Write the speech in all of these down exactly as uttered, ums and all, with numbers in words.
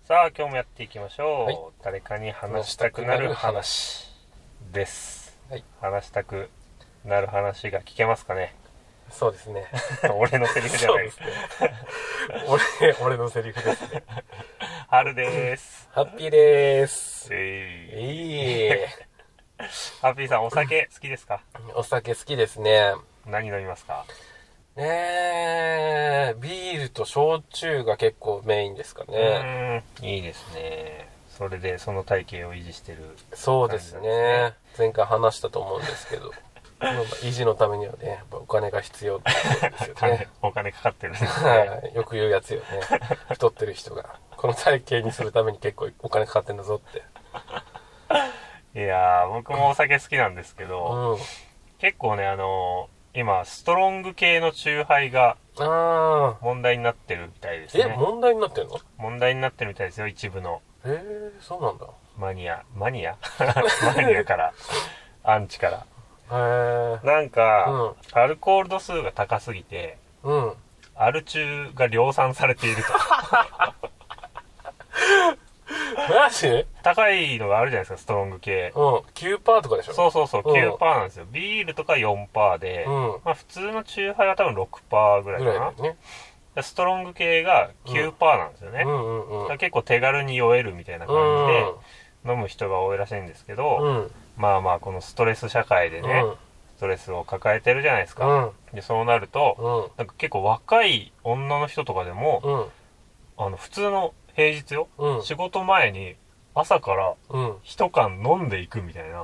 さあ今日もやっていきましょう、 はい、 誰かに話したくなる話です、はい、話したくなる話が聞けますかね。 そうですね俺のセリフじゃないですね俺, 俺のセリフですね。 春です。 ハッピーです。 えー、ハッピーさんお酒好きですか？ お酒好きですね。 何飲みますか？ ねえ、ビールと焼酎が結構メインですかね。 うーん、いいですね。それでその体型を維持してる、ね、 そうですね。前回話したと思うんですけど維持のためにはね、やっぱお金が必要ってことですよねお金かかってるんですねはい、よく言うやつよね。太ってる人がこの体型にするために結構お金かかってんだぞっていやー、僕もお酒好きなんですけど、うん、結構ね、あのー今ストロング系のチューハイが問題になってるみたいですね。 え、問題になってるの？ 問題になってるみたいですよ、一部の。 へえ、そうなんだ。 マニアマニアマニアからアンチから。 へえ。 なんか、うん、アルコール度数が高すぎて、 うん、 アル中が量産されているとマジ？ 高いのがあるじゃないですか、ストロング系。 うん。きゅうパーセント とかでしょ？ そうそうそう、きゅうパーセント なんですよ。ビールとか よんパーセント で、うん、まあ普通のチューハイは多分 ろくパーセント ぐらいかな。ぐらいだよね。ストロング系が きゅうパーセント なんですよね。うんうんうんうん、結構手軽に酔えるみたいな感じで飲む人が多いらしいんですけど、うん、まあまあこのストレス社会でね、うん、ストレスを抱えてるじゃないですか。うん、でそうなると、うん、なんか結構若い女の人とかでも、うん、あの普通の平日よ、うん、仕事前に朝から一缶飲んでいくみたいな、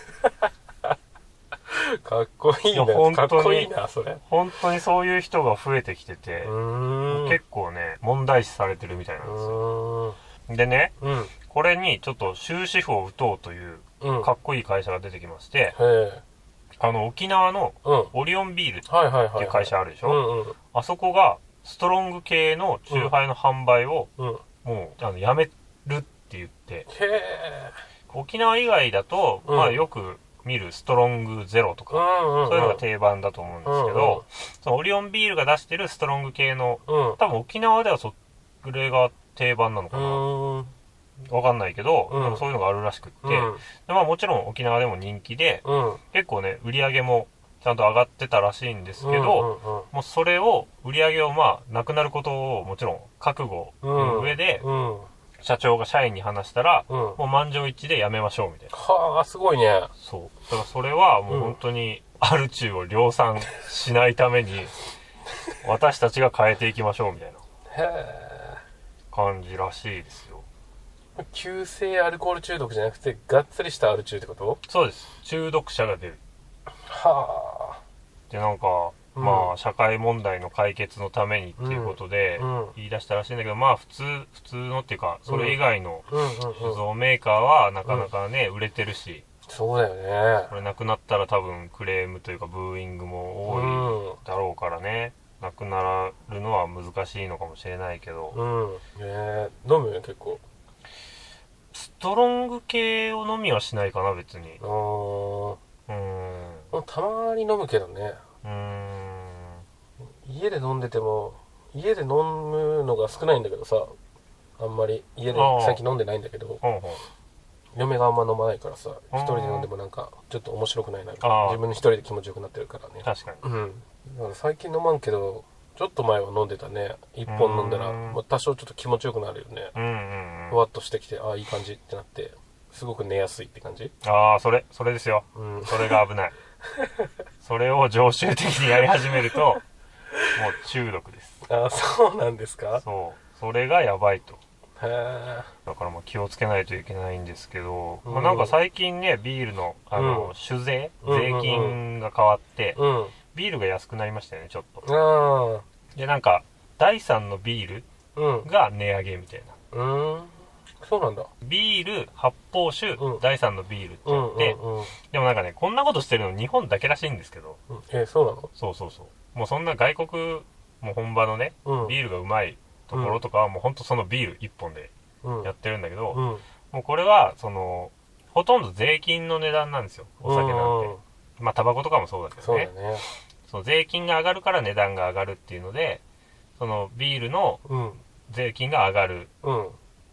うん、かっこいいな。 本当にかっこいいなそれ。 本当にそういう人が増えてきてて、結構ね問題視されてるみたいなんですよ。でね、うん、これにちょっと終止符を打とうというかっこいい会社が出てきまして、うん、あの沖縄のオリオンビールっていう会社あるでしょ。あそこがストロング系のチューハイの販売をもうあのやめるって言って、 へ沖縄以外だと、うん、まあよく見るストロングゼロとか、うんうんうん、そういうのが定番だと思うんですけど、うんうん、そのオリオンビールが出してるストロング系の、うん、多分沖縄ではそれが定番なのかな、わかんないけど、うん、そういうのがあるらしくって、うん、でまあもちろん沖縄でも人気で、うん、結構ね売り上げもちゃんと上がってたらしいんですけど、うんうんうん、もうそれを売り上げをまあなくなることをもちろん覚悟の上で、うんうん、社長が社員に話したら、うん、もう満場一致でやめましょうみたいな。 はあ、すごいね。 そう。だからそれはもう本当にアル中を量産しないために私たちが変えていきましょうみたいな感じらしいですよ。 急性アルコール中毒じゃなくてがっつりしたアル中ってこと？ そうです。中毒者が出る。 はあ。 でなんか、うん、まあ社会問題の解決のためにっていうことで言い出したらしいんだけど、まあ普通普通のっていうかそれ以外の酒造メーカーはなかなかね、うん、売れてるし、 そうだよね。 これなくなったら多分クレームというかブーイングも多いだろうからね、なくなるのは難しいのかもしれないけど、 うん、ね、飲むよ結構。 ストロング系を飲みはしないかな別に。あー、うん、たまに飲むけどね。うーん、家で飲んでても家で飲むのが少ないんだけどさ、あんまり家で最近飲んでないんだけど、嫁があんま飲まないからさ、一人で飲んでもなんかちょっと面白くないな、自分一人で気持ちよくなってるからね。 確かに。うん。 だから最近飲まんけどちょっと前は飲んでたね。一本飲んだら、まあ、多少ちょっと気持ちよくなるよね。うんうんうん。ふわっとしてきて、ああいい感じってなって、すごく寝やすいって感じ。 ああ、それそれですよ。うん、それが危ない。それを常習的にやり始めるともう中毒です。 ああ、そうなんですか。 そう、それがやばいと。 へえ。 だからまあ気をつけないといけないんですけど、うん、まあ、なんか最近ねビールのあの、うん、酒税税金が変わって、うん、ビールが安くなりましたよねちょっと。あでなんかだいさんのビールが値上げみたいな。 うん、そうなんだ。 ビール発泡酒、うん、だいさんのビールって言って、うんうんうん、でもなんかねこんなことしてるの日本だけらしいんですけど、 うん、えー、そうなの？ そうそうそう、もうそんな外国もう本場のね、うん、ビールがうまいところとかはもうほんとそのビールいっぽんでやってるんだけど、うん、もうこれはそのほとんど税金の値段なんですよ、お酒なんて。うん、まあタバコとかもそうだけどね。そうだね。そう税金が上がるから値段が上がるっていうので、そのビールの税金が上がる、うん、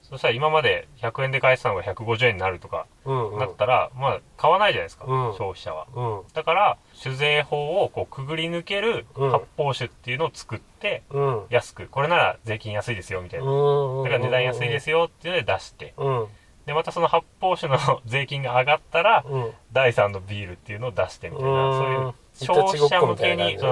そしたら今までひゃくえんで買えてたのがひゃくごじゅうえんになるとか、うんうん、なったら、まあ、買わないじゃないですか、うん、消費者は、うん。だから、酒税法をこうくぐり抜ける発泡酒っていうのを作って、うん、安く、これなら税金安いですよ、みたいな。だから値段安いですよっていうので出して、うん、で、またその発泡酒の税金が上がったら、うん、だいさんのビールっていうのを出してみたいな、そういう消費者向けに、うん、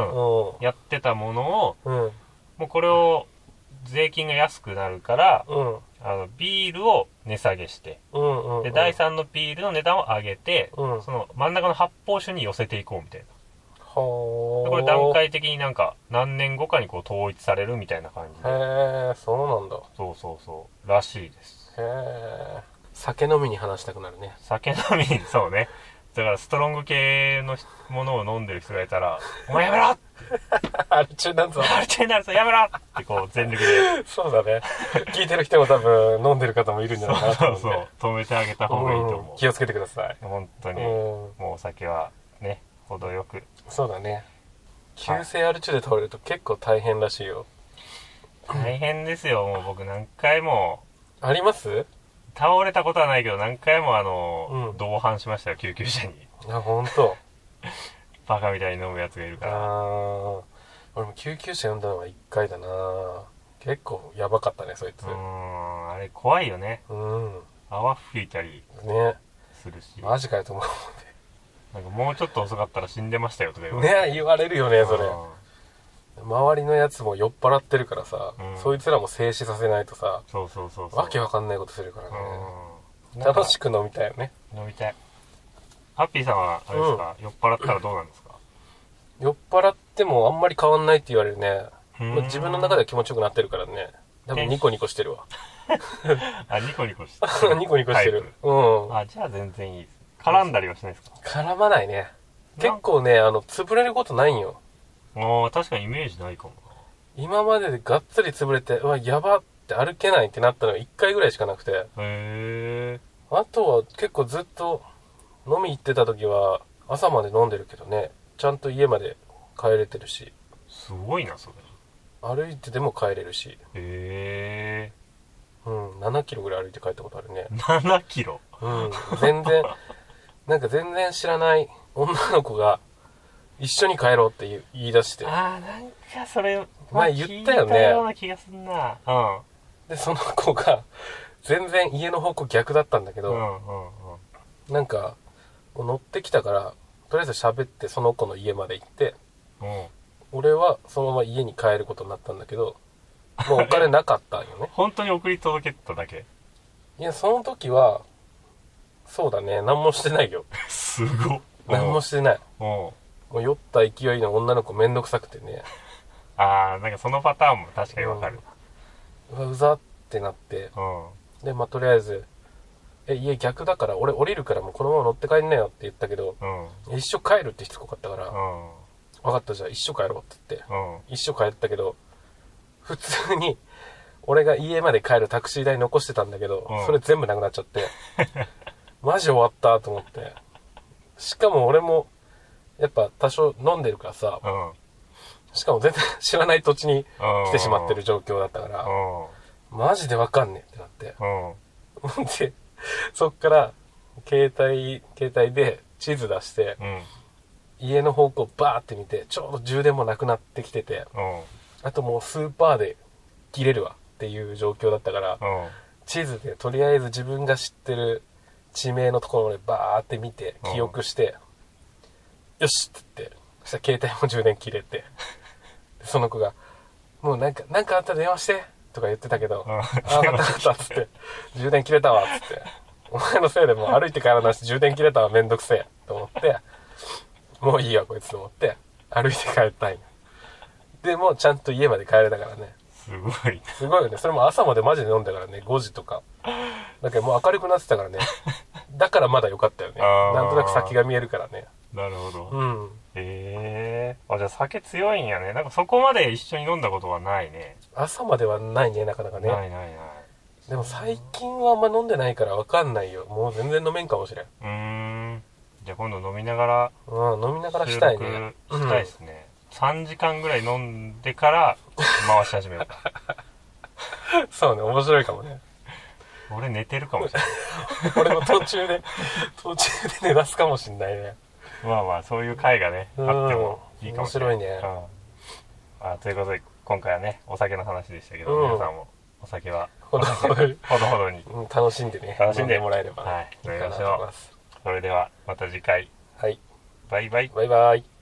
やってたものを、うん、もうこれを税金が安くなるから、うん、あのビールを値下げして、うんうんうん、でだいさんのビールの値段を上げて、うん、その真ん中の発泡酒に寄せていこうみたいな。はー。これ段階的になんか何年後かにこう統一されるみたいな感じで。 へー、そうなんだ。 そうそうそうらしいです。 へー。酒飲みに話したくなるね。 酒飲みに、そうね。だからストロング系のものを飲んでる人がいたら、お前やめろって。 アル中なんぞ。 アル中になるぞ、やめろってこう全力で。 そうだね。聞いてる人も多分飲んでる方もいるんじゃないかなと思う、ね。そうそう。止めてあげた方がいいと思う。 うん、気をつけてください。 本当に。もうお酒はね、程よく。 そうだね。急性アル中で倒れると結構大変らしいよ。 大変ですよ。もう僕何回も。 あります？ 倒れたことはないけど何回もあの、うん、同伴しましたよ、救急車に。 あ、ほんと。 バカみたいに飲むやつがいるから。あー、俺も救急車呼んだのはいっかいだな。結構やばかったね、そいつ。うーん、あれ怖いよね。うん。泡吹いたりするし。 ね、マジかよと思うなんかもうちょっと遅かったら死んでましたよとか言われる。ね、言われるよね、それ。周りのやつも酔っ払ってるからさ、うん、そいつらも静止させないとさ、 そうそうそうそう、 わけわかんないことするからね。楽しく飲みたいよね。 飲みたい。ハッピーさんはあれですか、うん、酔っ払ったらどうなんですか？ 酔っ払ってもあんまり変わんないって言われるね。自分の中では気持ちよくなってるからね。多分ニコニコしてるわ。 あ、ニコニコしてる。ニコニコしてる。うん。 あ、じゃあ全然いいです。絡んだりはしないですか？ 絡まないね。結構ね、あの、潰れることないんよ。 ああ、確かにイメージないかもな。今まででがっつり潰れて、うわ、やばって歩けないってなったのがいっかいぐらいしかなくて。へえ。あとは結構ずっと飲み行ってた時は朝まで飲んでるけどね。ちゃんと家まで帰れてるし。 すごいな、それ。 歩いてでも帰れるし。へえ。 うん、ななキロぐらい歩いて帰ったことあるね。 ななキロ？ うん、全然、なんか全然知らない女の子が、一緒に帰ろうって言い出して。 ああ、なんかそれ、 前言ったよね。聞いたような気がすんな。うん。 で、その子が、全然家の方向逆だったんだけど、うんうんうん、なんか、乗ってきたから、とりあえず喋ってその子の家まで行って、うん、俺はそのまま家に帰ることになったんだけど、もうお金なかったんよね。 本当に送り届けただけ？ いや、その時は、そうだね、何もしてないよ。 すごっ。 何もしてない。うん。もう酔った勢いの女の子めんどくさくてね。 ああ、なんかそのパターンも確かにわかる。 うん、うざってなって。うん。で、まあ、とりあえず、え、家逆だから俺降りるからもうこのまま乗って帰んなよって言ったけど、うん、一緒帰るってしつこかったから、うん、分かったじゃあ一緒帰ろうって言って、うん、一緒帰ったけど、普通に俺が家まで帰るタクシー代残してたんだけど、うん、それ全部なくなっちゃって、マジ終わったと思って。しかも俺も、やっぱ多少飲んでるからさ、うん、しかも全然知らない土地に来てしまってる状況だったから、うん、マジでわかんねえってなって。うん、で、そっから、携帯、携帯で地図出して、うん、家の方向バーって見て、ちょうど充電もなくなってきてて、うん、あともうスーパーで切れるわっていう状況だったから、うん、地図でとりあえず自分が知ってる地名のところまでバーって見て、記憶して、うん、よしって言って、そしたら携帯も充電切れて、その子が、もうなんか、なんかあったら電話してとか言ってたけど、うん、ああ、分かった分かったっつって、充電切れたわっつって、お前のせいでもう歩いて帰らないし充電切れたわめんどくせえと思って、もういいわこいつと思って、歩いて帰ったんよ。でもちゃんと家まで帰れたからね。 すごい。 すごいよね。それも朝までマジで飲んだからね、ごじとか。だけどもう明るくなってたからね。だからまだ良かったよね。なんとなく先が見えるからね。 なるほど。うん。へえー。あ、じゃあ酒強いんやね。なんかそこまで一緒に飲んだことはないね。 朝まではないね、なかなかね。 ないないない。 でも最近はあんま飲んでないから分かんないよ。もう全然飲めんかもしれん。 うーん。じゃあ今度飲みながら。 うん、飲みながらしたいね。 したいですね。うん、さんじかんぐらい飲んでから回し始めようか。 そうね、面白いかもね。 俺寝てるかもしれない俺も途中で途中で寝出すかもしんないね。 まあまあそういう回がね、うん、あってもいいかもしれない。 面白いね、 うん、あということで今回はねお酒の話でしたけど、うん、皆さんもお酒はほどほどほどほどに、 うん、楽しんでね楽しんでもらえれば、 はい、飲みましょう。それではまた次回、 はい、 バイバイバイバイ。